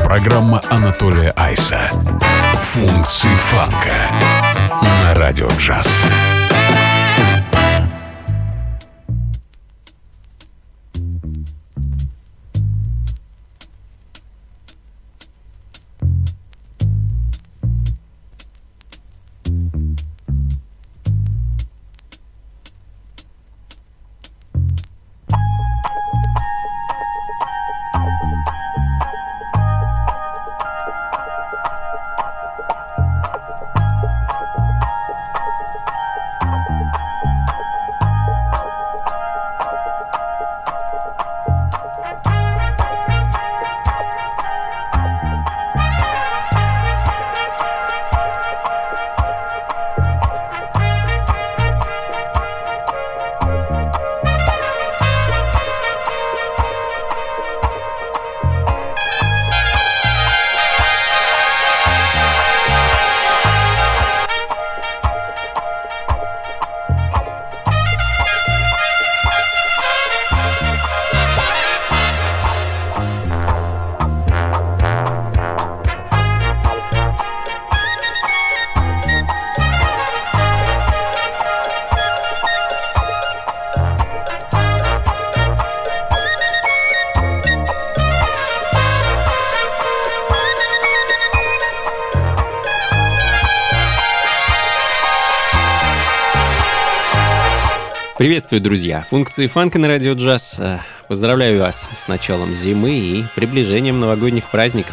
Программа Анатолия Айса «Функции фанка» на Радио Джаз. Приветствую, друзья! Функции фанка на Радио Джаз. Поздравляю вас с началом зимы и приближением новогодних праздников.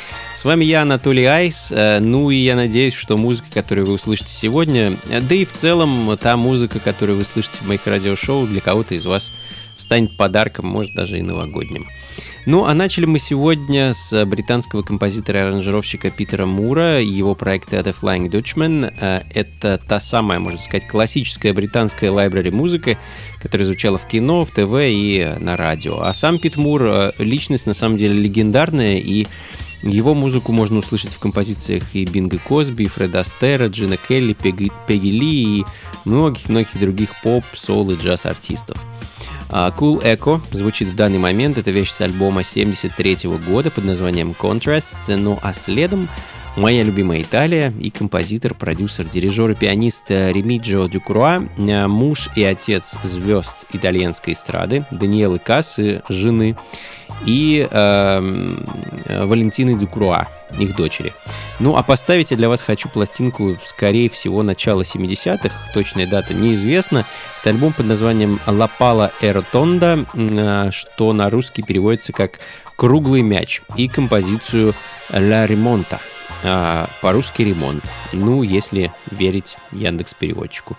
С вами я, Анатолий Айс. Ну и я надеюсь, что музыка, которую вы услышите сегодня, да и в целом та музыка, которую вы слышите в моих радиошоу, для кого-то из вас станет подарком, может даже и новогодним. Ну, а начали мы сегодня с британского композитора и аранжировщика Питера Мура и его проекта The Flying Dutchman. Это та самая, можно сказать, классическая британская лайбрери музыки, которая звучала в кино, в ТВ и на радио. А сам Пит Мур — личность, на самом деле, легендарная, и его музыку можно услышать в композициях и Бинга Косби, и Фреда Астера, Джина Келли, Пегги Ли и многих-многих других поп, соул и джаз-артистов. Cool Echo звучит в данный момент. Это вещь с альбома 1973 года под названием Contrasts. Ну а следом моя любимая Италия и композитор, продюсер, дирижер и пианист Ремиджио Дюкруа, муж и отец звезд итальянской эстрады Даниэлы Кассы, жены, и Валентины Дюкруа, их дочери. Ну, а поставить я для вас хочу пластинку, скорее всего, начала 70-х, точная дата неизвестна. Это альбом под названием «La Palla e Rotonda», что на русский переводится как «Круглый мяч», и композицию «La Rimonta», по-русски «Ремонт», ну, если верить Яндекс.Переводчику.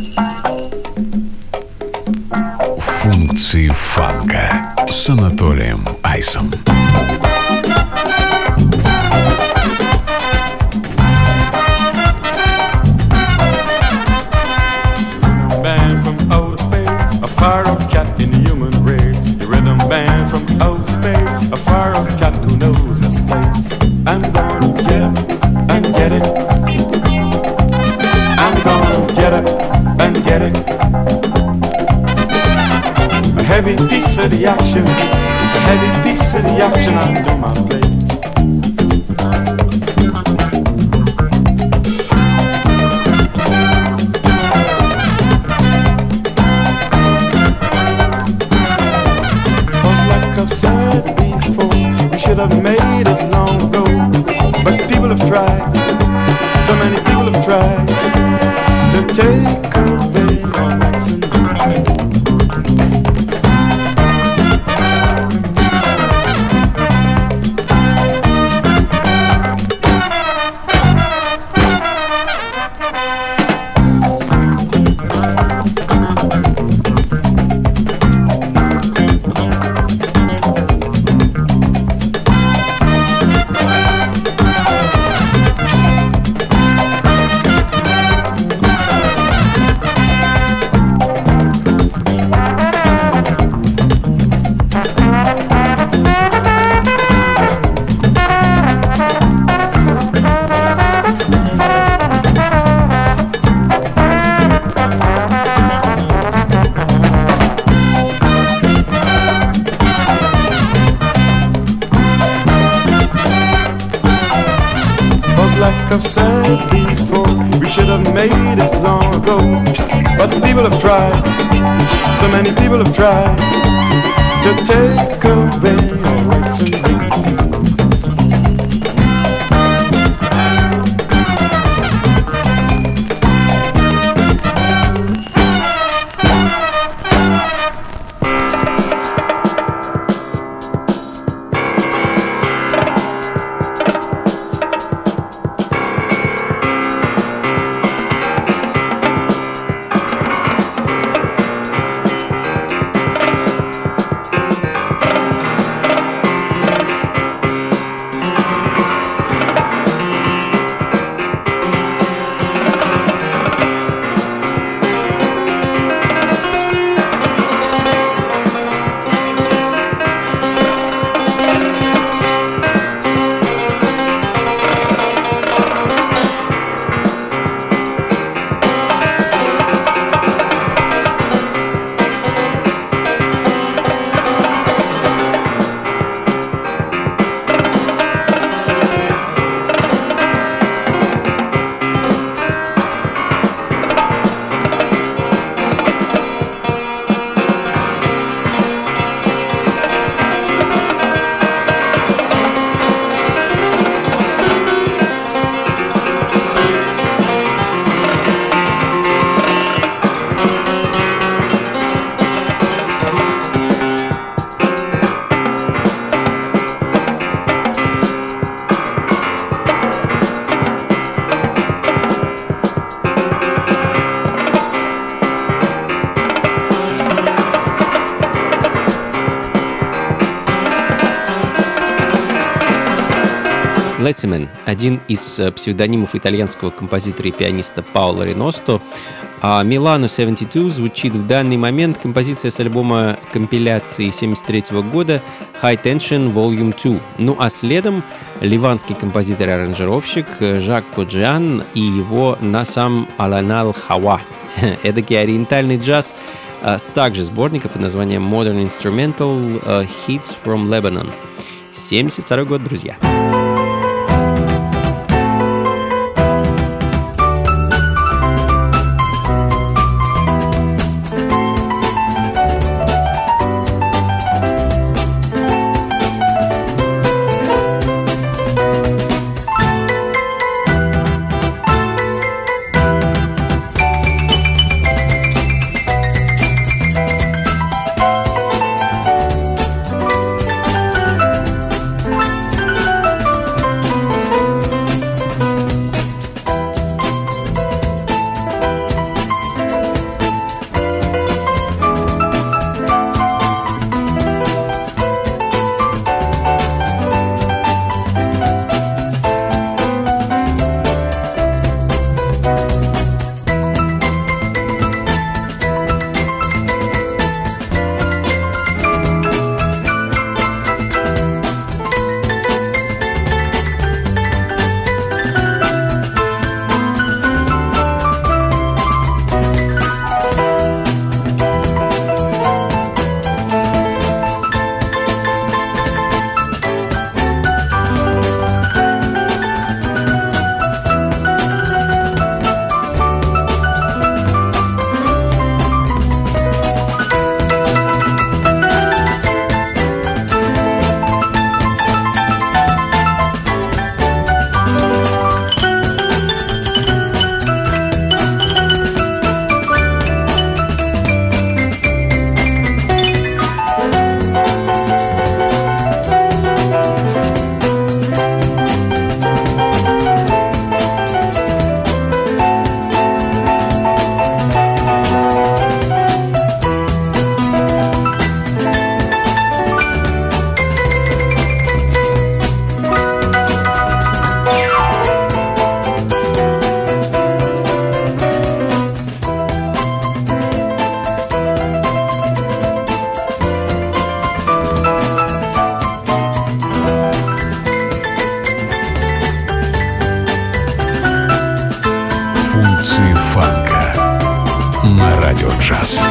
Функции фанка с Анатолием Айсом. Heavy piece of the action, a heavy piece of the action, I know my place. Cause like I've said before, we should have made it long ago. But people have tried, so many people have tried to take away our rights and duties. I've said before, we should have made it long ago. But people have tried, so many people have tried to take away our rights and dignity. Lessiman, один из псевдонимов итальянского композитора и пианиста Паоло Реносто. А Milano 72 звучит в данный момент композиция с альбома компиляции 1973 года High Tension Volume 2. Ну а следом ливанский композитор и аранжировщик Жак Коджиан и его Насам Аланал Хава. Эдакий ориентальный джаз с также сборника под названием Modern Instrumental Hits from Lebanon. 1972 год, друзья. на радио джаз.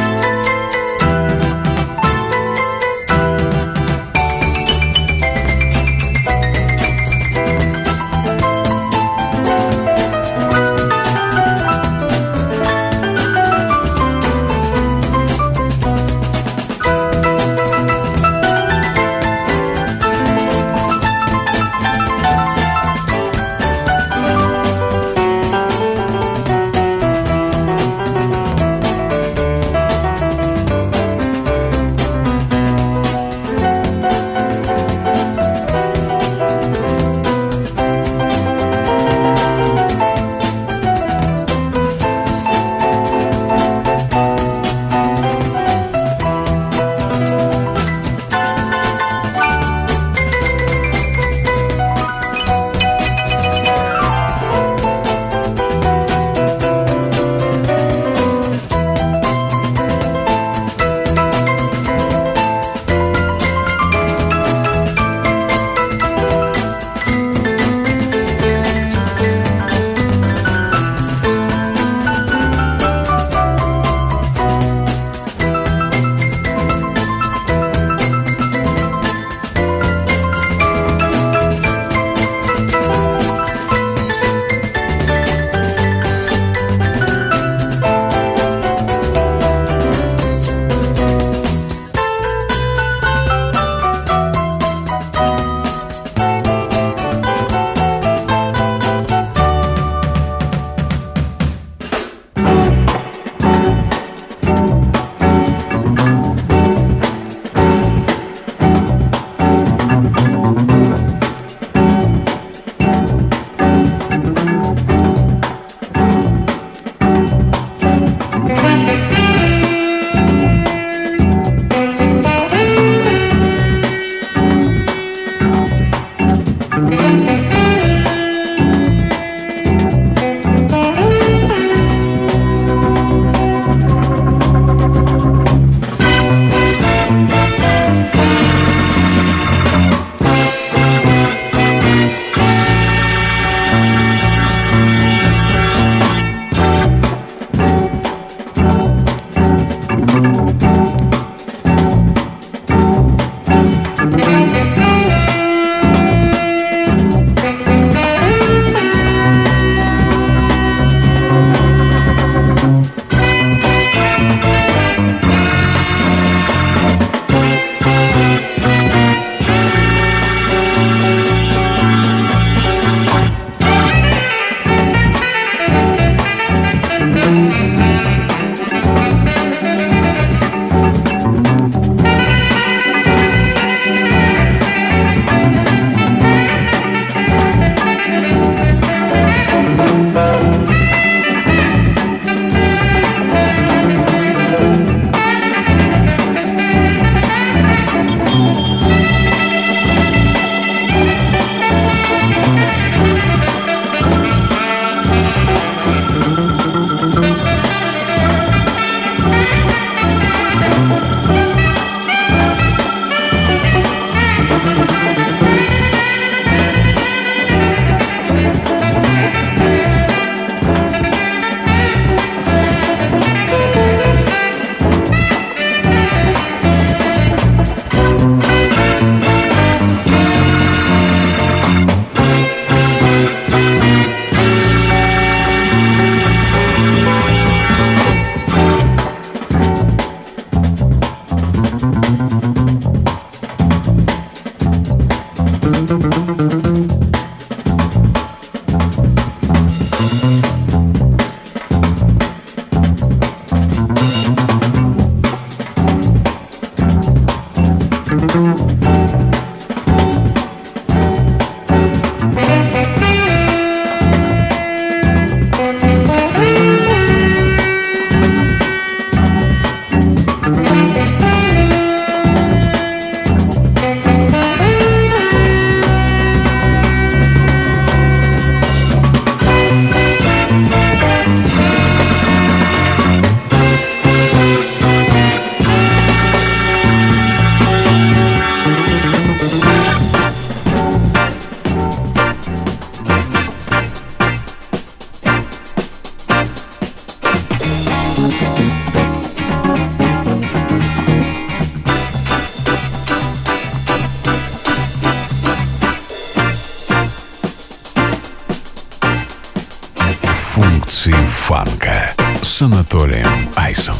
фанка с Анатолием Айсом.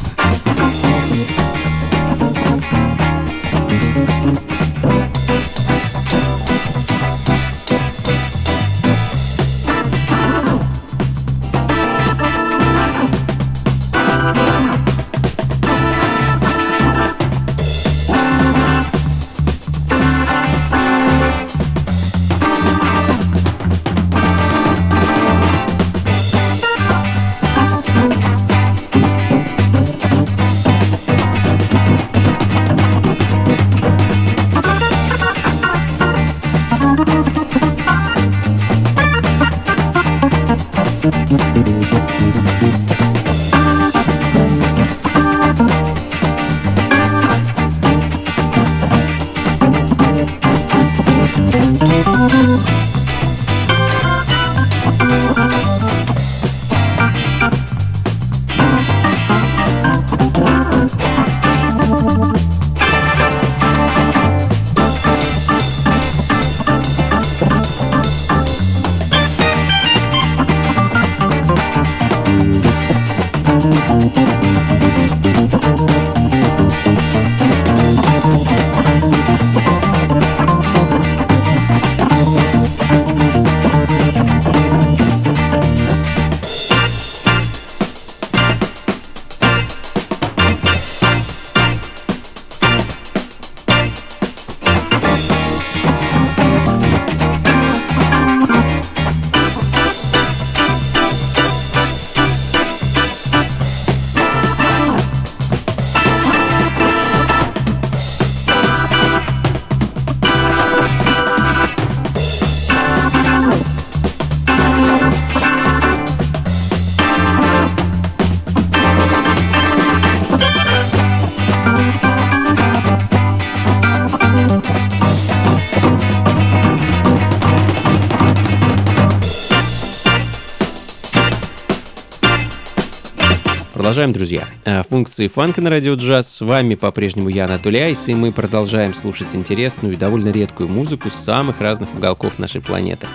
Продолжаем, друзья. Функции фанка на радио джаз. С вами по-прежнему я, Анатолий Айс, и мы продолжаем слушать интересную и довольно редкую музыку с самых разных уголков нашей планеты.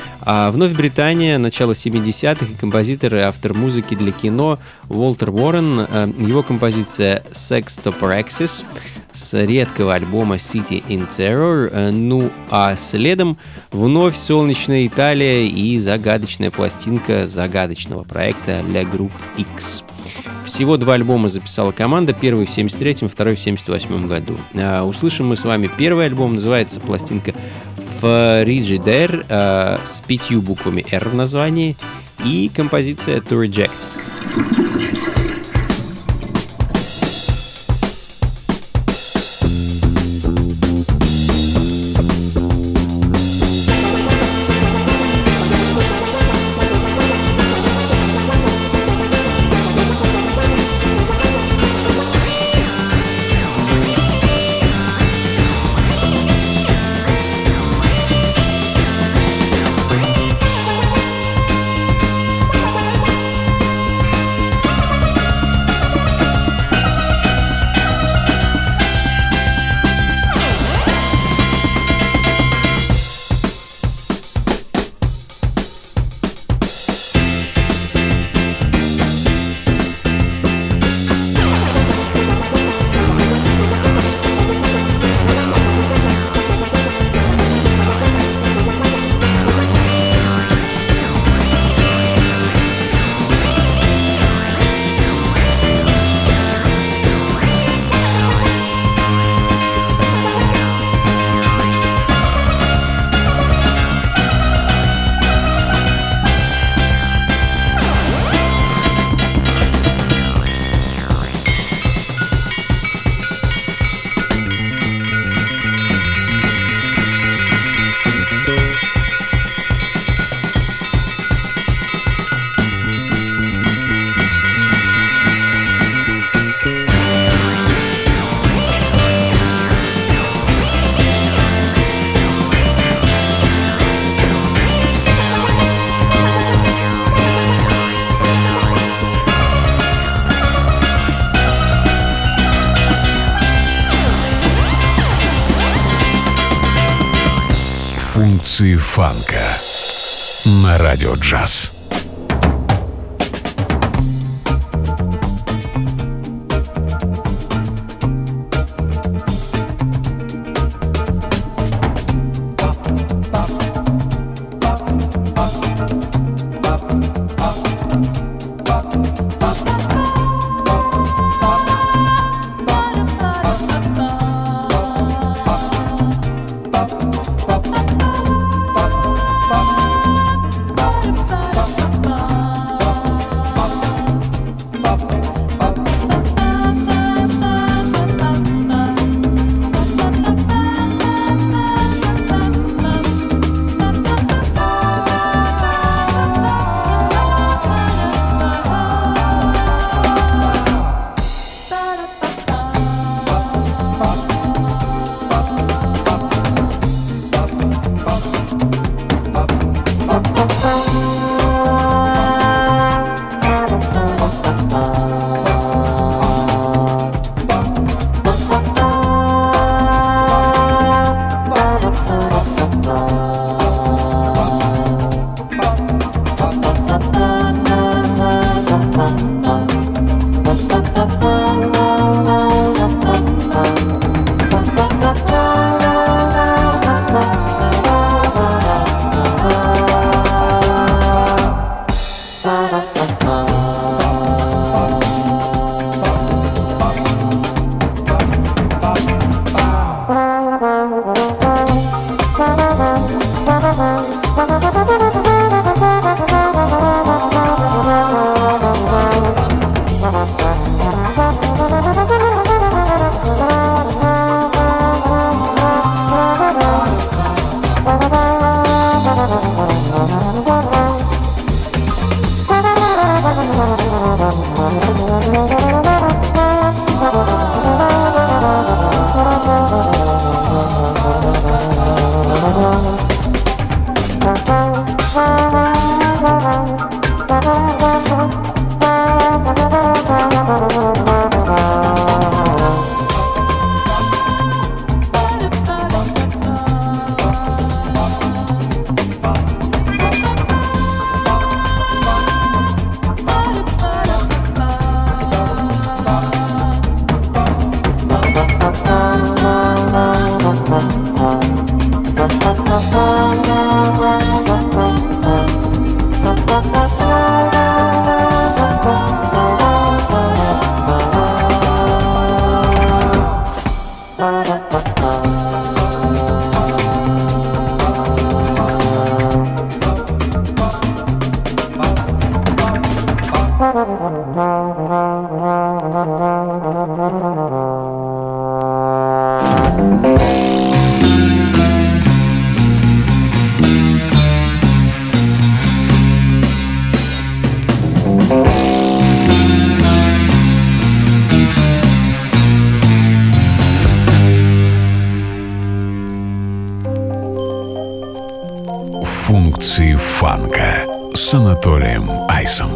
Вновь Британия, начало 70-х, и композитор и автор музыки для кино Уолтер Уоррен. Его композиция Sextopraxis с редкого альбома City in Terror. Ну а следом вновь солнечная Италия и загадочная пластинка загадочного проекта Le Groupe X. Всего 2 альбома записала команда, первый в 73-м, второй в 78-м году. Услышим мы с вами первый альбом, называется пластинка Frigidaire с 5 буквами R в названии, и композиция To Reject. Функции фанка на радио джаз. Функции фанка с Анатолием Айсом.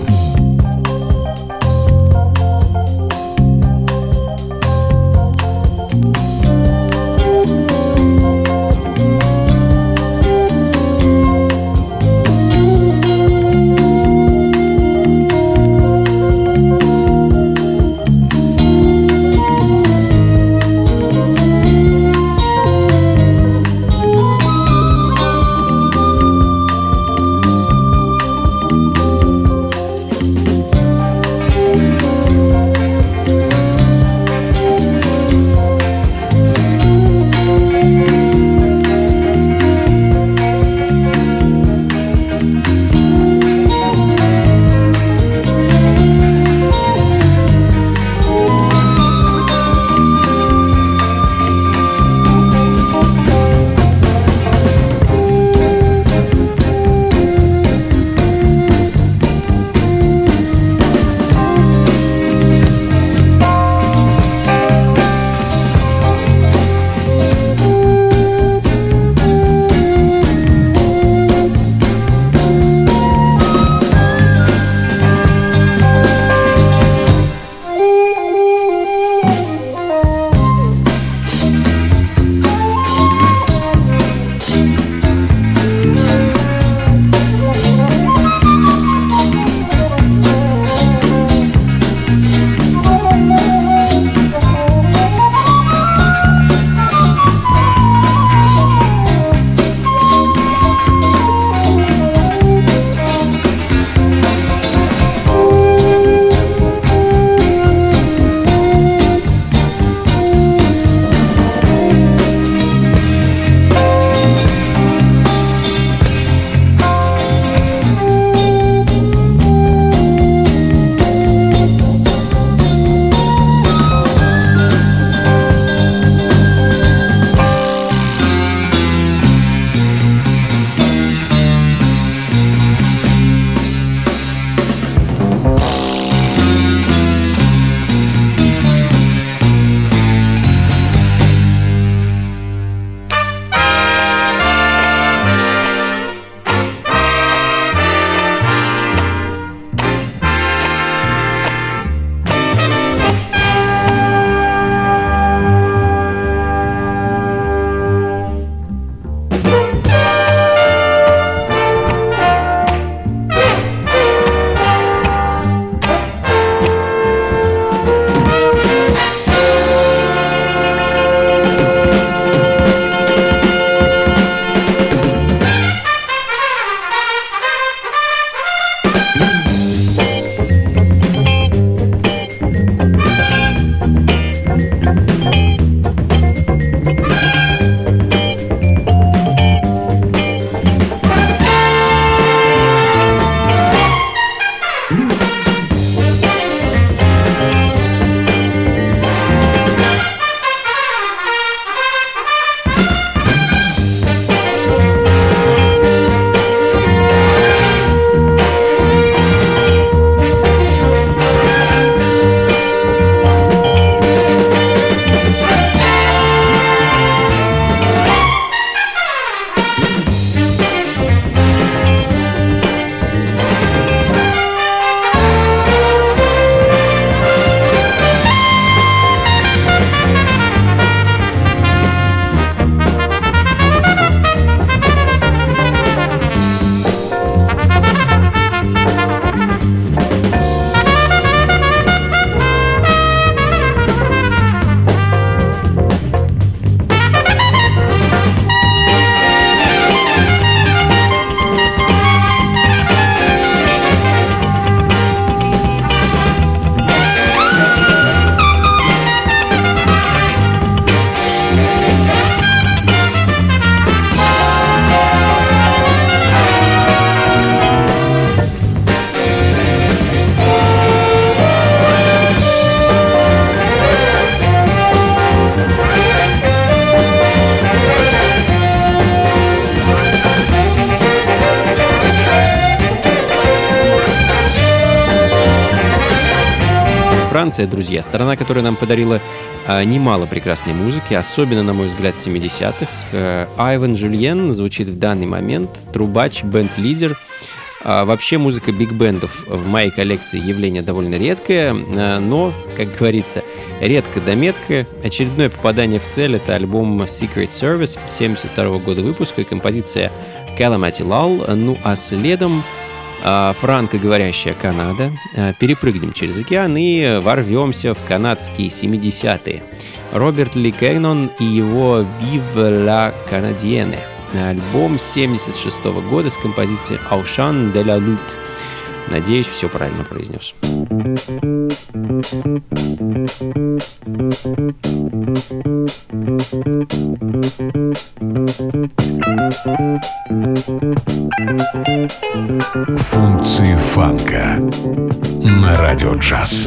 Франция, друзья, страна, которая нам подарила немало прекрасной музыки, особенно, на мой взгляд, 70-х. Айван Жюльен звучит в данный момент, трубач, бенд-лидер. Вообще музыка биг-бендов в моей коллекции явление довольно редкое, но, как говорится, редко да метко. Очередное попадание в цель — это альбом Secret Service 72 года выпуска и композиция Calamity Lull. Ну а следом франкоговорящая Канада. Перепрыгнем через океан и ворвемся в канадские 70-е. Роберт Ли Кэгнон и его Vive la Canadienne. Альбом 76 года с композицией Au Chant de la Lutte. Надеюсь, все правильно произнес. Функции фанка на радио джаз.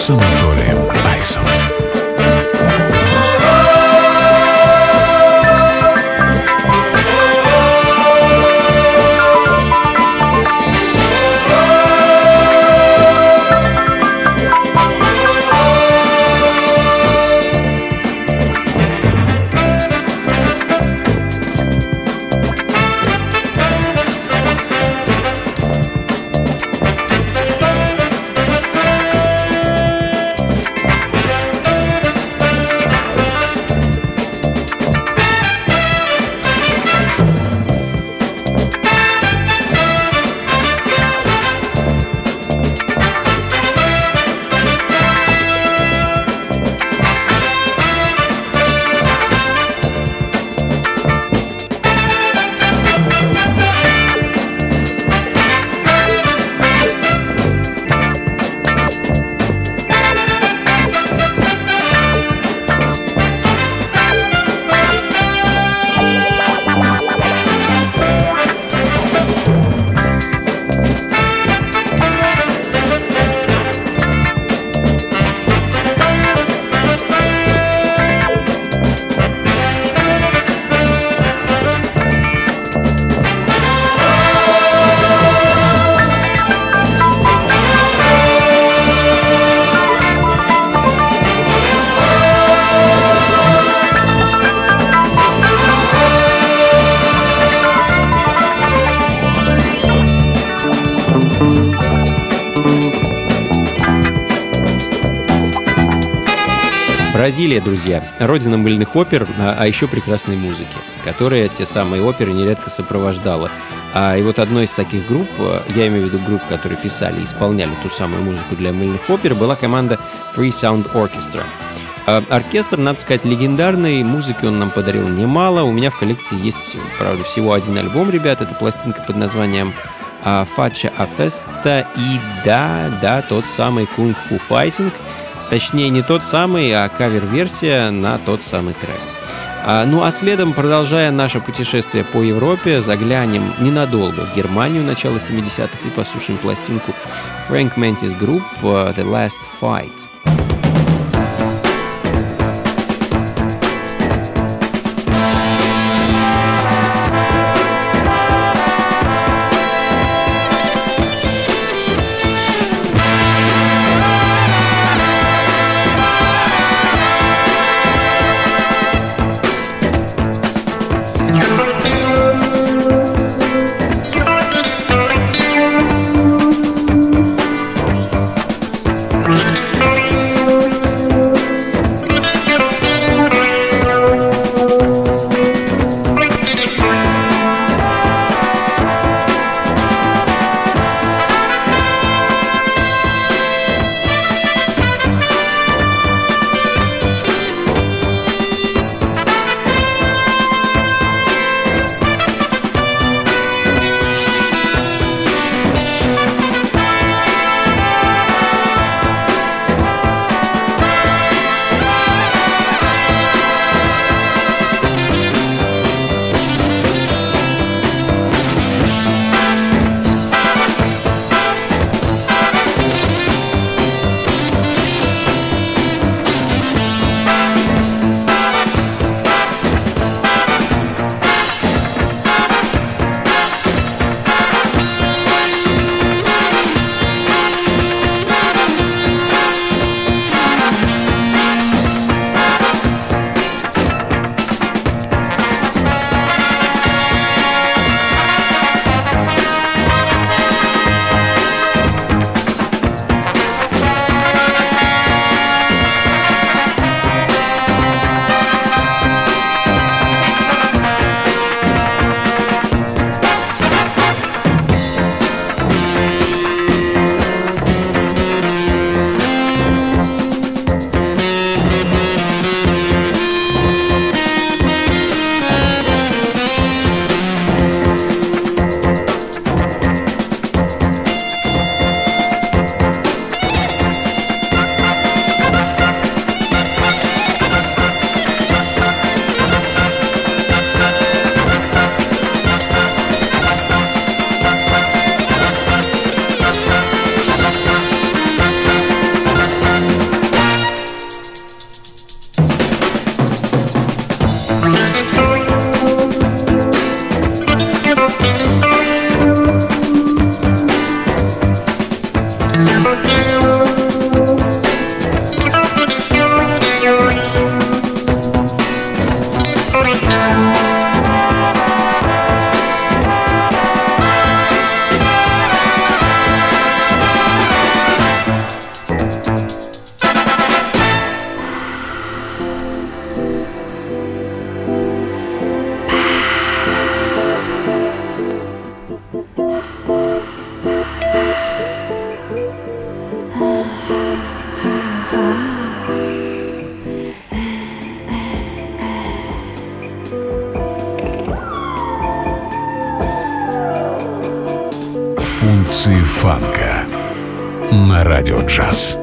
с Анатолием Айсом. Бразилия, друзья, родина мыльных опер, а еще прекрасной музыки, которая те самые оперы нередко сопровождала. И вот одной из таких групп, я имею в виду групп, которые писали и исполняли ту самую музыку для мыльных опер, была команда Free Sound Orchestra. Оркестр, надо сказать, легендарный, музыки он нам подарил немало. У меня в коллекции есть, правда, всего один альбом, ребят, это пластинка под названием Faccia a Festa и да, тот самый Kung Fu Fighting. Точнее, не тот самый, а кавер-версия на тот самый трек. Ну а следом, продолжая наше путешествие по Европе, заглянем ненадолго в Германию начала 70-х и послушаем пластинку Frank Mantis Group The Last Fight. Функции фанка на Радио Джаз.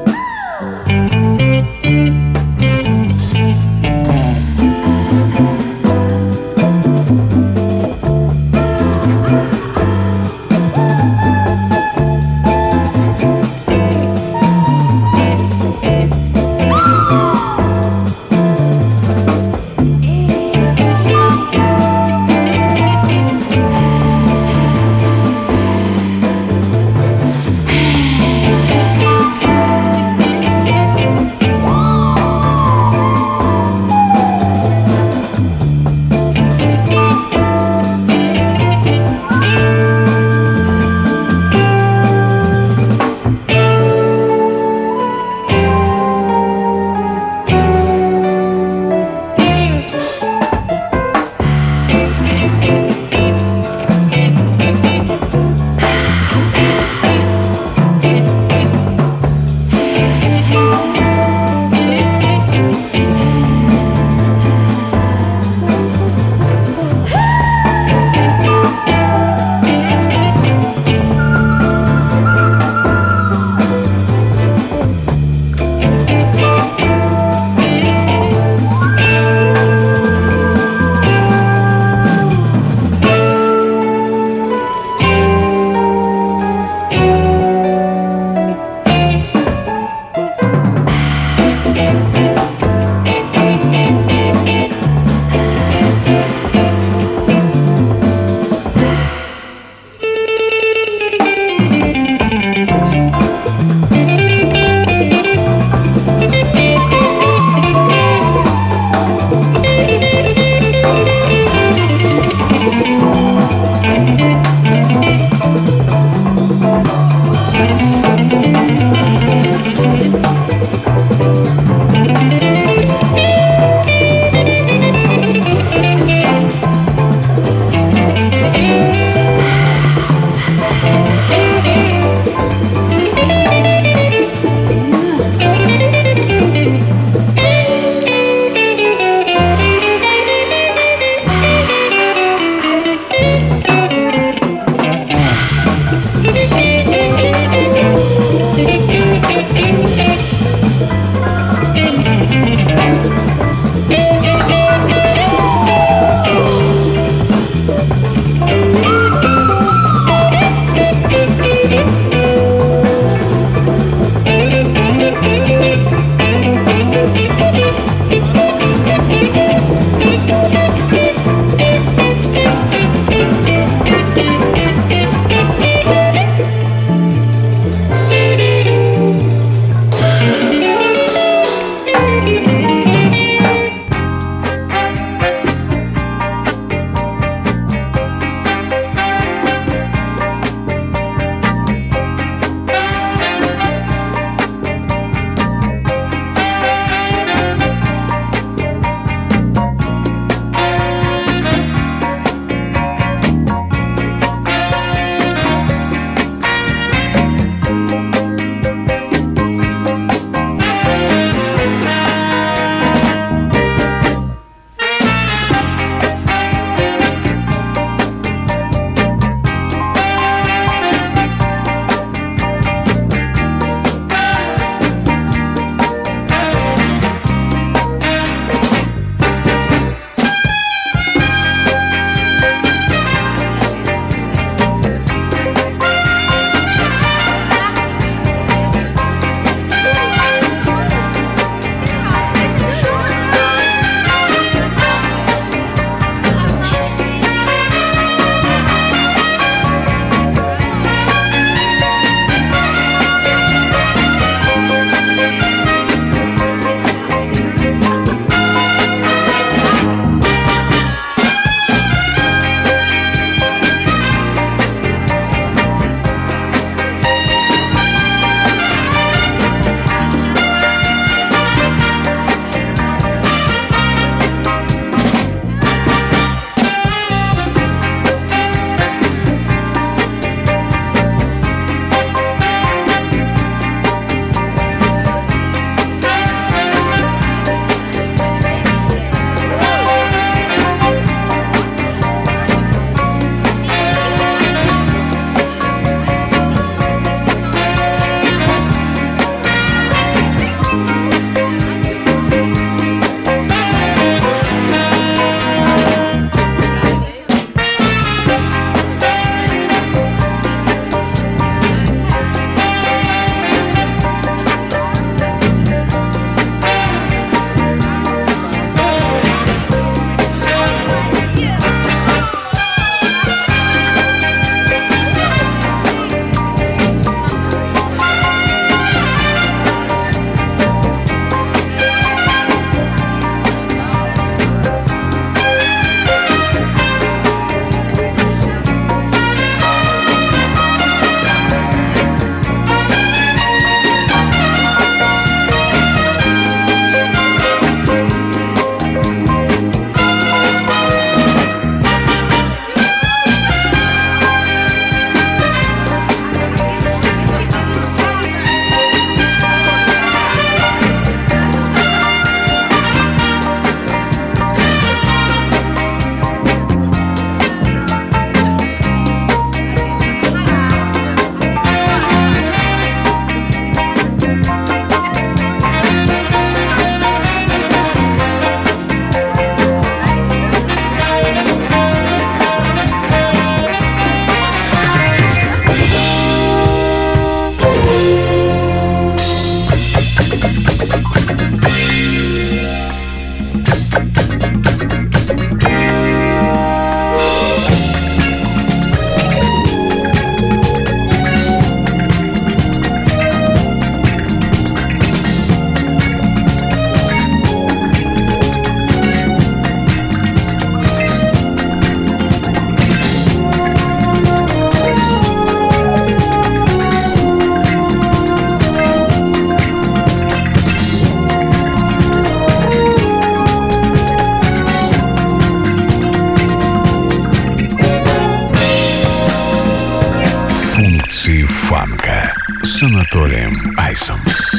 фанка с Анатолием Айсом.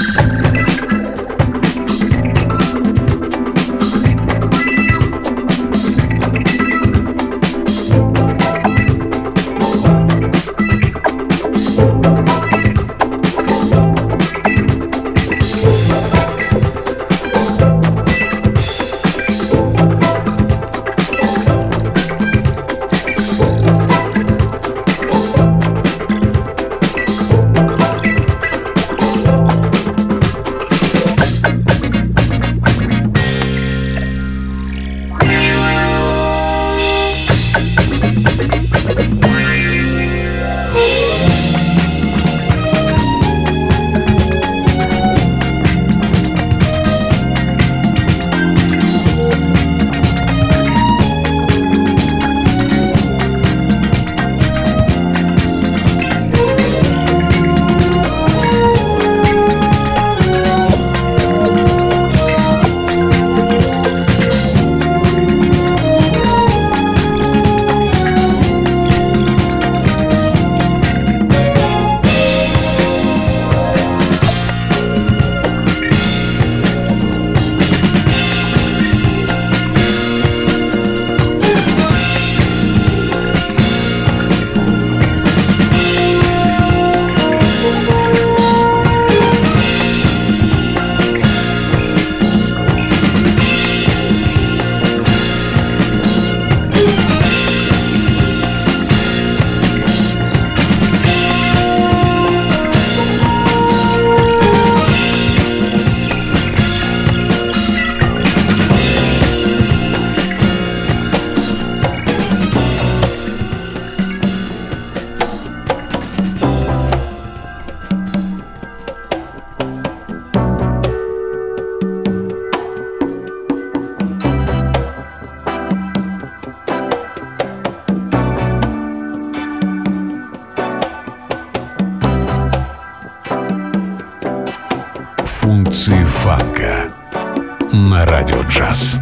Функции фанка на Радио Джаз.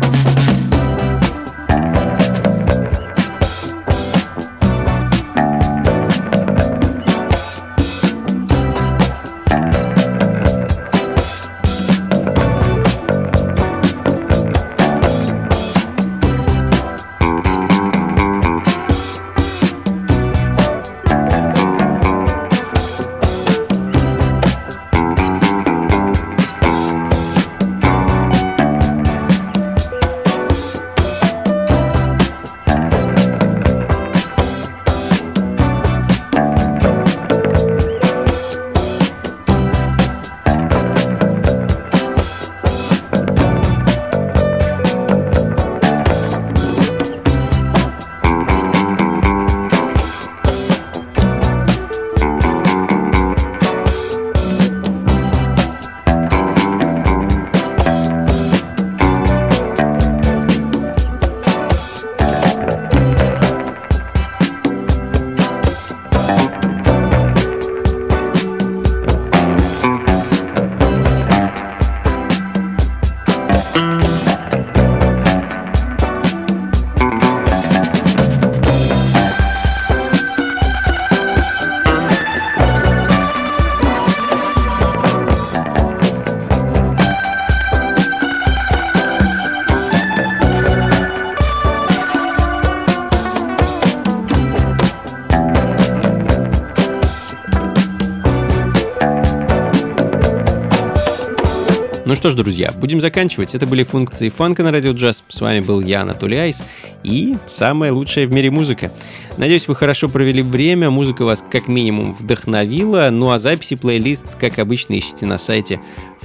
Ну что ж, друзья, будем заканчивать. Это были функции фанка на Радио Джаз. С вами был я, Анатолий Айс, и самая лучшая в мире музыка. Надеюсь, вы хорошо провели время, музыка вас как минимум вдохновила. Ну а записи плейлист, как обычно, ищите на сайте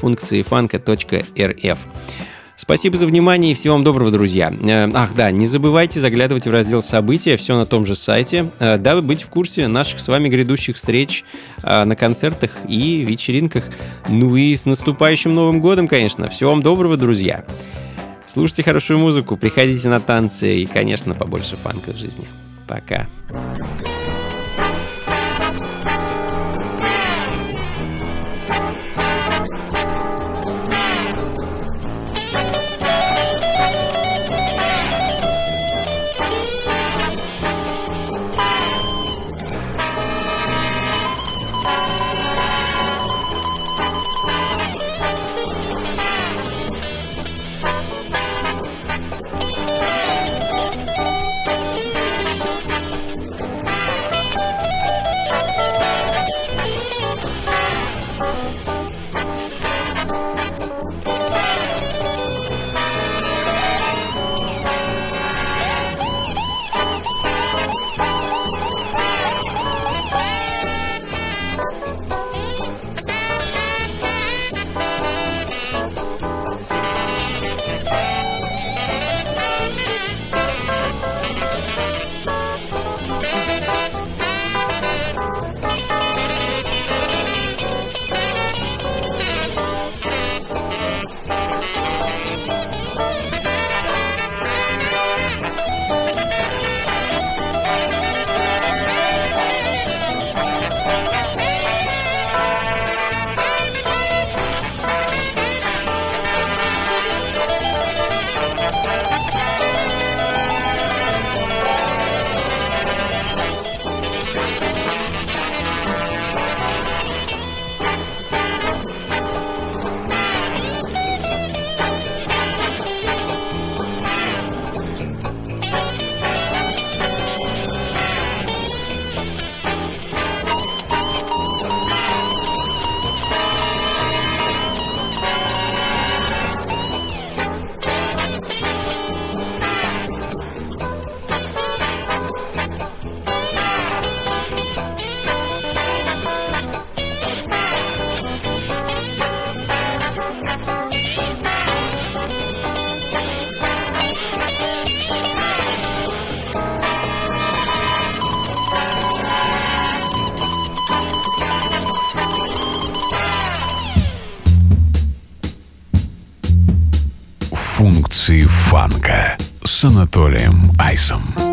функциифанка.рф. Спасибо за внимание и всего вам доброго, друзья. Ах да, не забывайте заглядывать в раздел «События», все на том же сайте, дабы быть в курсе наших с вами грядущих встреч на концертах и вечеринках. Ну и с наступающим Новым годом, конечно. Всего вам доброго, друзья. Слушайте хорошую музыку, приходите на танцы и, конечно, побольше фанка в жизни. Пока. функции фанка с Анатолием Айсом.